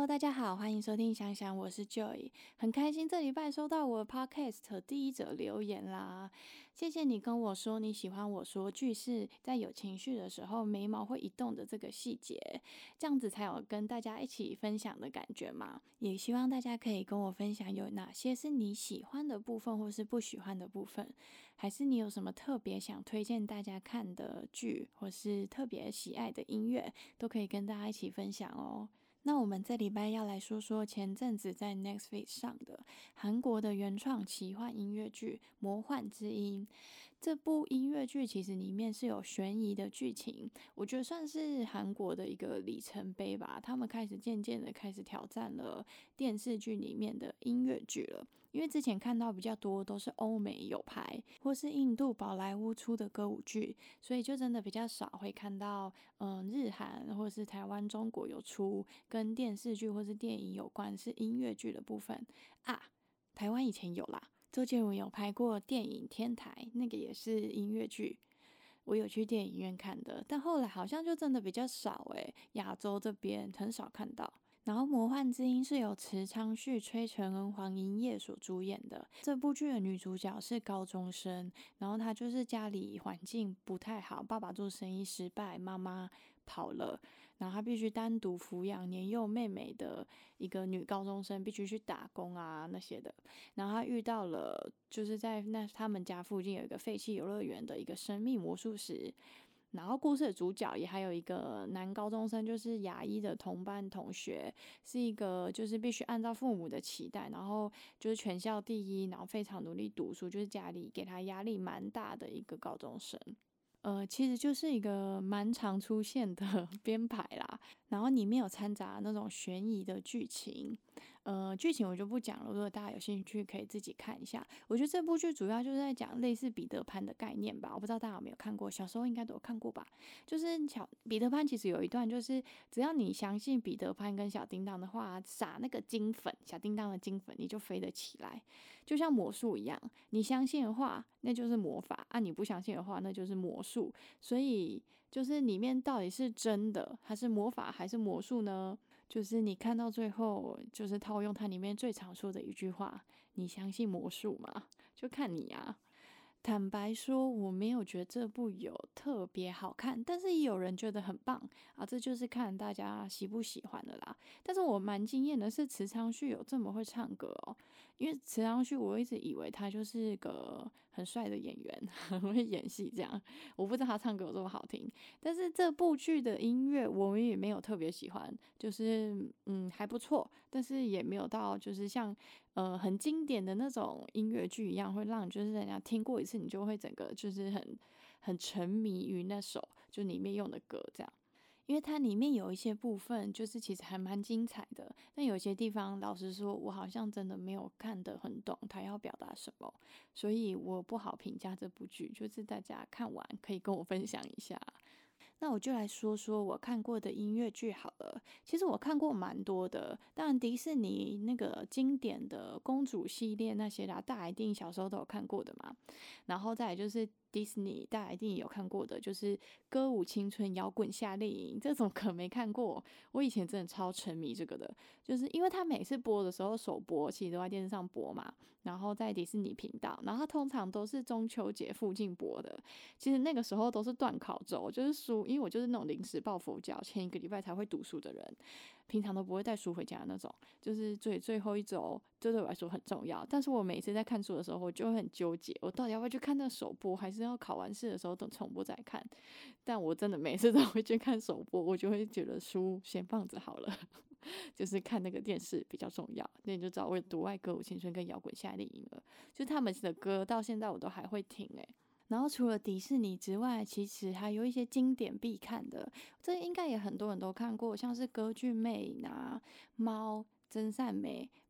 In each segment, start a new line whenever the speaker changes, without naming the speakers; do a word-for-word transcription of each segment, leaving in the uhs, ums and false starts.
Hello，大家好，欢迎收听想想，我是 Joy，很开心这礼拜收到我的 Podcast 第一则留言啦，谢谢你跟我说你喜欢我说句式在有情绪的时候眉毛会移动的这个细节，这样子才有跟大家一起分享的感觉嘛，也希望大家可以跟我分享有哪些是你喜欢的部分或是不喜欢的部分，还是你有什么特别想推荐大家看的剧或是特别喜爱的音乐，都可以跟大家一起分享哦。那我们这礼拜要来说说前阵子在 Netflix 上的韩国的原创奇幻音乐剧《魔幻之音》。这部音乐剧其实里面是有悬疑的剧情，我觉得算是韩国的一个里程碑吧。他们开始渐渐的开始挑战了电视剧里面的音乐剧了。因为之前看到比较多都是欧美有拍或是印度宝莱坞出的歌舞剧，所以就真的比较少会看到嗯日韩或是台湾中国有出跟电视剧或是电影有关是音乐剧的部分啊。台湾以前有啦，周杰伦有拍过电影《天台》，那个也是音乐剧，我有去电影院看的，但后来好像就真的比较少诶，亚洲这边很少看到。然后《魔幻之音》是由池昌旭、崔成恩、黄银叶所主演的。这部剧的女主角是高中生，然后她就是家里环境不太好，爸爸做生意失败，妈妈跑了，然后她必须单独抚养年幼妹妹的一个女高中生，必须去打工啊那些的。然后她遇到了就是在那他们家附近有一个废弃游乐园的一个神秘魔术师。然后故事的主角也还有一个男高中生，就是牙医的同班同学，是一个就是必须按照父母的期待，然后就是全校第一，然后非常努力读书，就是家里给他压力蛮大的一个高中生。呃，其实就是一个蛮常出现的编排啦，然后里面有掺杂那种悬疑的剧情，呃，剧情我就不讲了，如果大家有兴趣可以自己看一下。我觉得这部剧主要就是在讲类似彼得潘的概念吧，我不知道大家有没有看过，小时候应该都有看过吧。就是小彼得潘其实有一段，就是只要你相信彼得潘跟小叮当的话，撒那个金粉，小叮当的金粉，你就飞得起来，就像魔术一样，你相信的话，那就是魔法啊；你不相信的话，那就是魔术。所以就是里面到底是真的还是魔法还是魔术呢？就是你看到最后，就是套用它里面最常说的一句话：你相信魔术吗？就看你啊。坦白说，我没有觉得这部有特别好看，但是也有人觉得很棒啊，这就是看大家喜不喜欢的啦。但是我蛮惊艳的是池昌旭有这么会唱歌哦，因为池昌旭我一直以为他就是个很帅的演员，很会演戏这样，我不知道他唱歌有这么好听。但是这部剧的音乐我们也没有特别喜欢，就是嗯还不错，但是也没有到就是像呃很经典的那种音乐剧一样，会让你就是人家听过一次，你就会整个就是很很沉迷于那首就里面用的歌这样。因为它里面有一些部分就是其实还蛮精彩的，但有些地方老实说我好像真的没有看得很懂他要表达什么，所以我不好评价这部剧，就是大家看完可以跟我分享一下。那我就来说说我看过的音乐剧好了。其实我看过蛮多的，当然迪士尼那个经典的公主系列那些啦，大家一定小时候都有看过的嘛。然后再来就是迪士尼，大家一定有看过的，就是歌舞青春、摇滚夏令营，这种可没看过。我以前真的超沉迷这个的，就是因为他每次播的时候首播，其实都在电视上播嘛，然后在迪士尼频道，然后他通常都是中秋节附近播的。其实那个时候都是断考周，就是书，因为我就是那种临时抱佛脚，前一个礼拜才会读书的人，平常都不会带书回家的那种，就是最最后一周，这对我来说很重要。但是我每次在看书的时候，我就会很纠结，我到底要不要去看那个首播，还是要考完试的时候等重播再看？但我真的每次都会去看首播，我就会觉得书先放着好了，就是看那个电视比较重要。那你就知道我多爱歌舞青春跟摇滚夏令营了，就他们的歌到现在我都还会听诶、欸然后除了迪士尼之外，其实还有一些经典必看的，这应该也很多人都看过，像是歌剧魅影啊、猫、真善美、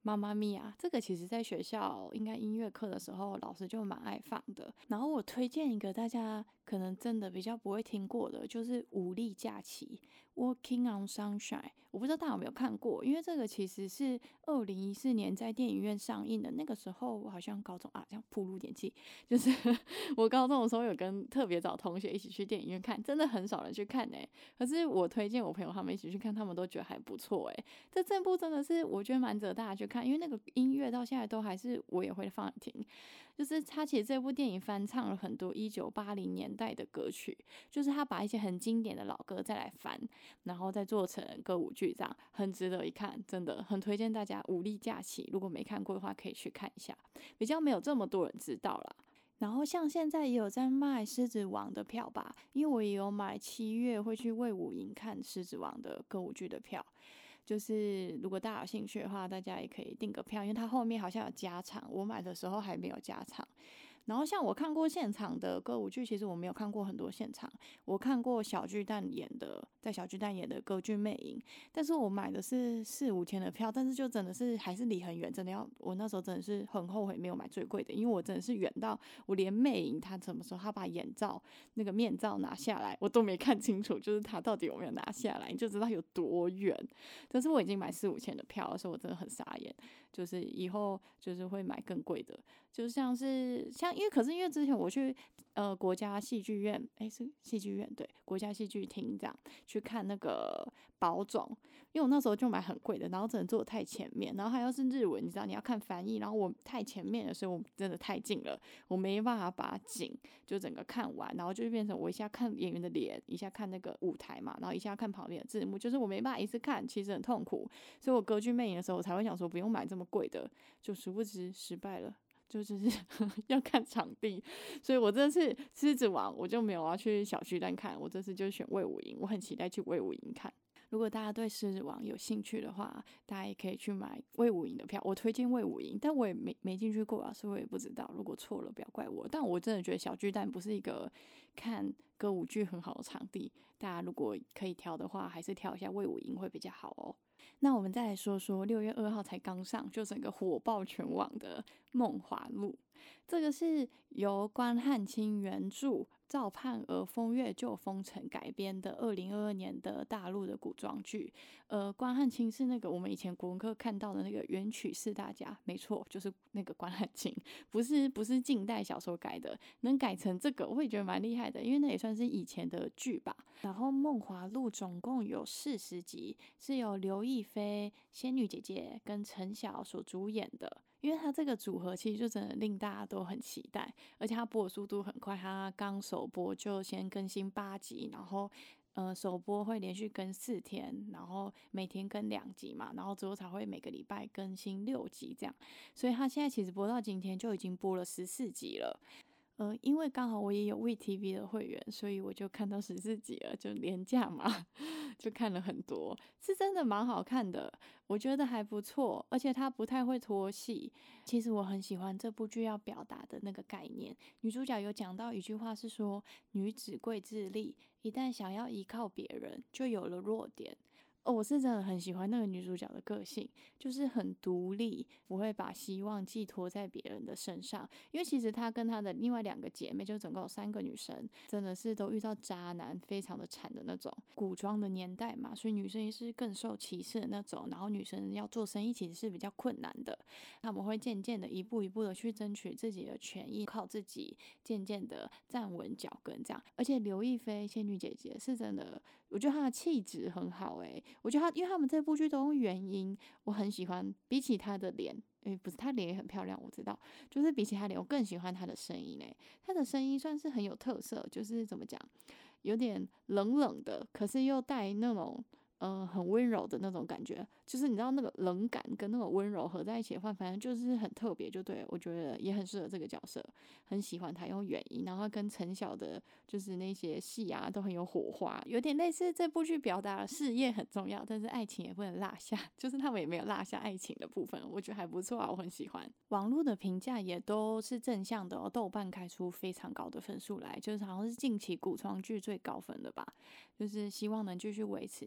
妈妈咪呀，这个其实在学校应该音乐课的时候，老师就蛮爱放的。然后我推荐一个大家可能真的比较不会听过的，就是《武力假期》（Working on Sunshine）。我不知道大家有没有看过，因为这个其实是二零一四年在电影院上映的。那个时候我好像高中啊，这样暴露年纪，就是我高中的时候有跟特别找同学一起去电影院看，真的很少人去看哎、欸。可是我推荐我朋友他们一起去看，他们都觉得还不错哎、欸。这这部真的是我觉得蛮值得大家去看，因为那个音乐到现在都还是我也会放来听。就是他其实这部电影翻唱了很多一九八零年代的歌曲，就是他把一些很经典的老歌再来翻，然后再做成歌舞剧，这样很值得一看，真的很推荐大家《武力假期》，如果没看过的话可以去看一下，比较没有这么多人知道啦。然后像现在也有在卖《狮子王》的票吧，因为我也有买七月会去卫武营看《狮子王》的歌舞剧的票。就是如果大家有兴趣的话，大家也可以订个票，因为它后面好像有加场，我买的时候还没有加场。然后像我看过现场的歌舞剧，其实我没有看过很多现场，我看过小巨蛋演的，在小巨蛋演的歌剧魅影，但是我买的是四五千的票，但是就真的是还是离很远，真的要我那时候真的是很后悔没有买最贵的，因为我真的是远到我连魅影他什么时候他把眼罩那个面罩拿下来我都没看清楚，就是他到底有没有拿下来，你就知道有多远。但是我已经买四五千的票了，所以我真的很傻眼，就是以后就是会买更贵的，就像是像因为可是因为之前我去呃国家戏剧院，诶是戏剧院对国家戏剧厅这样去看那个宝冢，因为我那时候就买很贵的，然后只能坐得太前面，然后还要是日文，你知道你要看翻译，然后我太前面了，所以我真的太近了，我没办法把景就整个看完，然后就变成我一下看演员的脸，一下看那个舞台嘛，然后一下看旁边的字幕，就是我没办法一次看，其实很痛苦，所以我歌剧魅影的时候我才会想说不用买这么贵的，就殊不知失败了。就只是要看场地，所以我这次狮子王我就没有要去小巨蛋看，我这次就选卫武营，我很期待去卫武营看。如果大家对狮子王有兴趣的话，大家也可以去买卫武营的票。我推荐卫武营，但我也没没进去过啊，所以我也不知道。如果错了，不要怪我。但我真的觉得小巨蛋不是一个看歌舞剧很好的场地，大家如果可以挑的话，还是挑一下卫武营会比较好哦。那我们再来说说六月二号才刚上，就整个火爆全网的《梦华录》，这个是由关汉卿原著、赵盼儿、风月旧风尘改编的二零二二年的大陆的古装剧。呃，关汉卿是那个我们以前国文课看到的那个元曲四大家，没错，就是那个关汉卿，不是不是近代小说改的，能改成这个，我也觉得蛮厉害的，因为那也算是以前的剧吧。然后《梦华录》总共有四十集，是由刘亦菲、仙女姐姐跟陈晓所主演的。因为它这个组合其实就真的令大家都很期待，而且它播的速度很快，它刚首播就先更新八集，然后呃首播会连续更四天，然后每天更两集嘛，然后之后才会每个礼拜更新六集这样，所以它现在其实播到今天就已经播了十四集了。呃，因为刚好我也有 V T V 的会员，所以我就看到十四集了，就连假嘛，就看了很多，是真的蛮好看的，我觉得还不错，而且它不太会拖戏。其实我很喜欢这部剧要表达的那个概念，女主角有讲到一句话是说，女子贵自立，一旦想要依靠别人，就有了弱点。哦，我是真的很喜欢那个女主角的个性，就是很独立，不会把希望寄托在别人的身上。因为其实她跟她的另外两个姐妹，就总共有三个女生，真的是都遇到渣男，非常的惨的那种。古装的年代嘛，所以女生也是更受歧视的那种。然后女生要做生意其实是比较困难的，他们会渐渐的一步一步的去争取自己的权益，靠自己渐渐的站稳脚跟这样。而且刘亦菲仙女姐姐是真的，我觉得她的气质很好诶、欸，我觉得她因为他们这部剧都用原音，我很喜欢，比起她的脸。诶、欸，不是，她脸也很漂亮，我知道，就是比起她脸，我更喜欢她的声音诶、欸，她的声音算是很有特色，就是怎么讲，有点冷冷的，可是又带那种呃很温柔的那种感觉，就是你知道那个冷感跟那种温柔合在一起的话，反正就是很特别，就对了，我觉得也很适合这个角色，很喜欢他用原音，然后跟陈晓的就是那些戏啊都很有火花，有点类似这部剧表达了事业很重要，但是爱情也不能落下，就是他们也没有落下爱情的部分，我觉得还不错啊，我很喜欢。网络的评价也都是正向的哦，豆瓣开出非常高的分数来，就是好像是近期古装剧最高分的吧，就是希望能继续维持下去。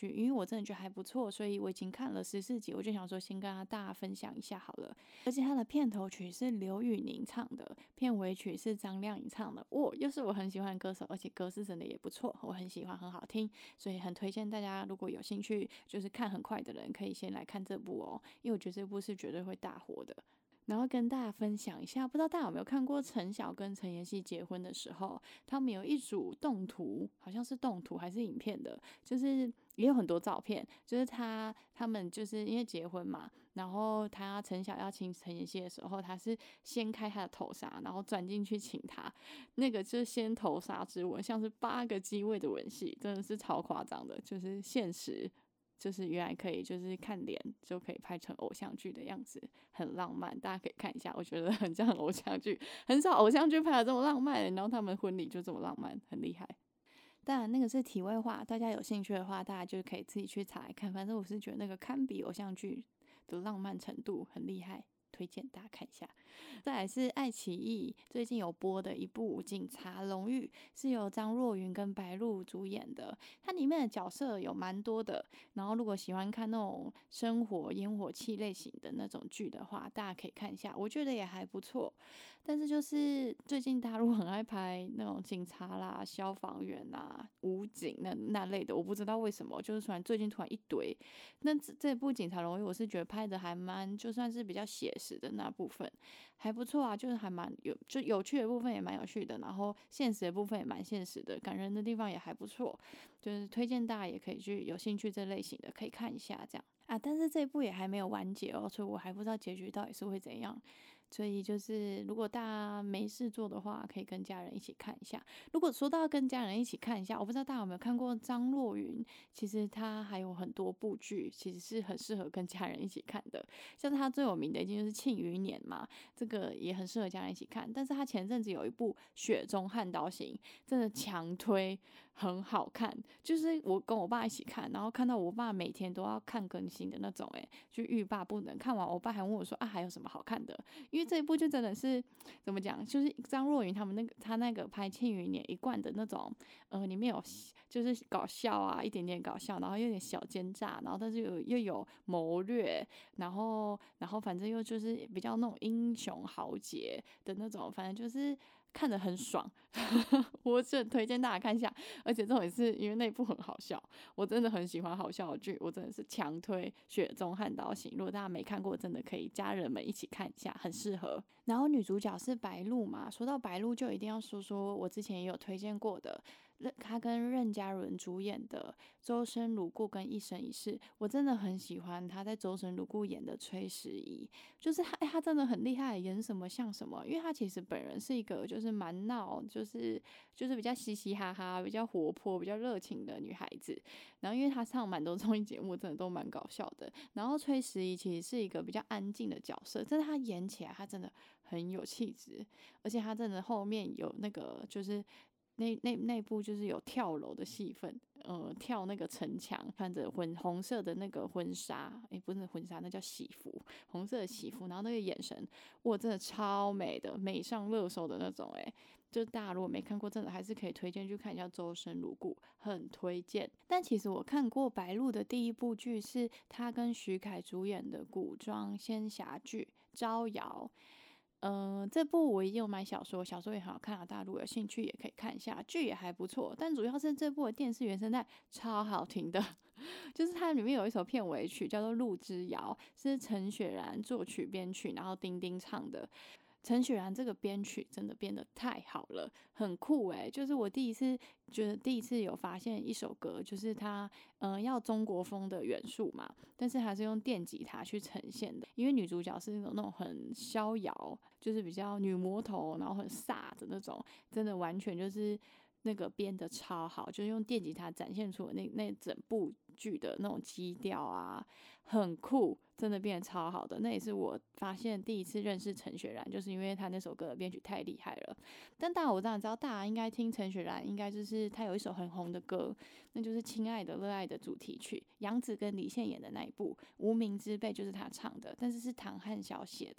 剧，因为我真的觉得还不错，所以我已经看了十四集，我就想说先跟大家分享一下好了。而且它的片头曲是刘宇宁唱的，片尾曲是张靓颖唱的，哦，又是我很喜欢的歌手，而且歌词真的也不错，我很喜欢，很好听，所以很推荐大家如果有兴趣就是看很快的人，可以先来看这部哦，因为我觉得这部是绝对会大火的。然后跟大家分享一下，不知道大家有没有看过陈晓跟陈妍希结婚的时候，他们有一组动图，好像是动图还是影片的，就是也有很多照片，就是他他们就是因为结婚嘛，然后他陈晓要亲陈妍希的时候，他是掀开他的头纱，然后钻进去亲他，那个就是掀头纱之吻，像是八个机位的吻戏，真的是超夸张的，就是现实。就是原来可以，就是看脸就可以拍成偶像剧的样子，很浪漫，大家可以看一下，我觉得很像偶像剧，很少偶像剧拍的这么浪漫，然后他们婚礼就这么浪漫，很厉害。当然那个是题外话，大家有兴趣的话，大家就可以自己去查来看。反正我是觉得那个堪比偶像剧的浪漫程度很厉害，推荐大家看一下。再来是爱奇艺最近有播的一部《警察荣誉》，是由张若昀跟白鹿主演的。它里面的角色有蛮多的，然后如果喜欢看那种生活烟火气类型的那种剧的话，大家可以看一下，我觉得也还不错。但是就是最近大陆很爱拍那种警察啦、消防员啦、武警那那类的，我不知道为什么，就是突然最近突然一堆。那这这部《警察荣誉》我是觉得拍的还蛮，就算是比较写实的那部分还不错啊，就是还蛮有就有趣的部分也蛮有趣的，然后现实的部分也蛮现实的，感人的地方也还不错，就是推荐大家也可以去有兴趣这类型的可以看一下这样啊。但是这一部也还没有完结哦，所以我还不知道结局到底是会怎样。所以就是如果大家没事做的话，可以跟家人一起看一下。如果说到跟家人一起看一下，我不知道大家有没有看过张若昀，其实他还有很多部剧其实是很适合跟家人一起看的，像他最有名的一定就是庆余年嘛，这个也很适合家人一起看。但是他前阵子有一部雪中悍刀行，真的强推，很好看，就是我跟我爸一起看，然后看到我爸每天都要看更新的那种、欸，诶，就欲罢不能。看完我爸还问我说啊，还有什么好看的？因为这一部就真的是怎么讲，就是张若昀他们那个他那个拍《庆余年》一贯的那种，呃，里面有就是搞笑啊，一点点搞笑，然后又有点小奸诈，然后但是又又有谋略，然后然后反正又就是比较那种英雄豪杰的那种，反正就是看得很爽。我是很推荐大家看一下，而且重点是因为那部很好笑，我真的很喜欢好笑的剧，我真的是强推《雪中悍刀行》，如果大家没看过，真的可以家人们一起看一下，很适合。然后女主角是白鹿嘛，说到白鹿就一定要说说我之前也有推荐过的，他跟任嘉伦主演的《周生如故》跟《一生一世》，我真的很喜欢他在《周生如故》演的崔时怡，就是他、欸，他真的很厉害，演什么像什么。因为他其实本人是一个就是蛮闹，就是就是比较嘻嘻哈哈、比较活泼、比较热情的女孩子。然后因为他上蛮多综艺节目，真的都蛮搞笑的。然后崔时怡其实是一个比较安静的角色，但是他演起来他真的很有气质，而且他真的后面有那个就是那那那部就是有跳楼的戏份，呃，跳那个城墙，穿着婚红色的那个婚纱，诶，不是婚纱，那叫喜服，红色的喜服，然后那个眼神，哇，真的超美的，美上热搜的那种，诶。就大家如果没看过，真的还是可以推荐去看一下《周生如故》，很推荐。但其实我看过白鹿的第一部剧，是他跟徐凯主演的古装仙侠剧《招摇》。嗯、呃，这部我已经有买小说，小说也很好看啊，大家如果有兴趣也可以看一下，剧也还不错。但主要是这部的电视原声带超好听的，就是它里面有一首片尾曲叫做《路之遥》，是陈雪然作曲编曲，然后丁丁唱的。陈雪然这个编曲真的编得太好了，很酷诶、欸，就是我第一次觉得第一次有发现一首歌，就是它嗯、呃、要中国风的元素嘛，但是还是用电吉他去呈现的，因为女主角是那种那种很逍遥，就是比较女魔头，然后很飒的那种，真的完全就是那个编的超好，就是用电吉他展现出那那整部剧的那种基调啊，很酷，真的变得超好的。那也是我发现第一次认识陈雪然，就是因为他那首歌的编曲太厉害了。但当然我当然知道大家应该听陈雪然，应该就是他有一首很红的歌，那就是《亲爱的热爱的》主题曲，杨紫跟李现演的那一部《无名之辈》就是他唱的，但是是唐汉小写的。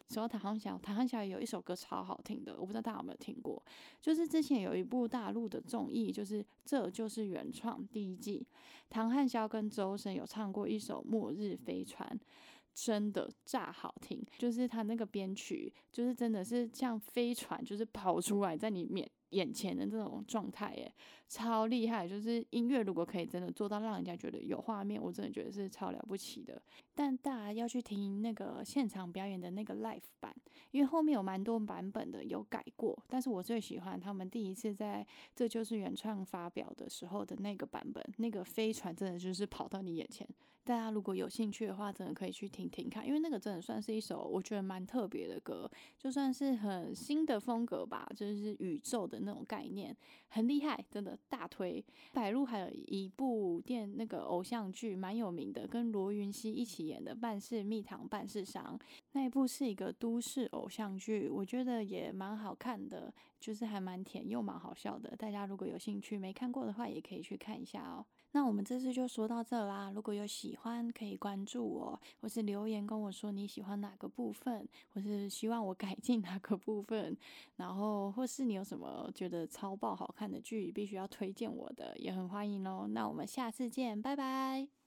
说到唐汉小，唐汉小也有一首歌超好听的，我不知道大家有没有听过，就是之前有一部大陆的综艺，就是这就是原创第一季，唐汉霄跟周深有唱过一首《末日飞船》。真的炸好听，就是他那个编曲，就是真的是像飞船，就是跑出来在你面眼前的这种状态，耶，超厉害！就是音乐如果可以真的做到让人家觉得有画面，我真的觉得是超了不起的。但大家要去听那个现场表演的那个 live 版，因为后面有蛮多版本的有改过，但是我最喜欢他们第一次在这就是原创发表的时候的那个版本，那个飞船真的就是跑到你眼前。大家如果有兴趣的话，真的可以去听听看，因为那个真的算是一首我觉得蛮特别的歌，就算是很新的风格吧，就是宇宙的那种概念，很厉害，真的大推。百鹿还有一部电那个偶像剧蛮有名的，跟罗云熙一起演的《半是蜜糖半是伤》，那一部是一个都市偶像剧，我觉得也蛮好看的，就是还蛮甜又蛮好笑的。大家如果有兴趣没看过的话，也可以去看一下哦。那我们这次就说到这啦，如果有喜欢可以关注我，或是留言跟我说你喜欢哪个部分，或是希望我改进哪个部分，然后或是你有什么觉得超爆好看的剧必须要推荐我的，也很欢迎哦。那我们下次见，拜拜。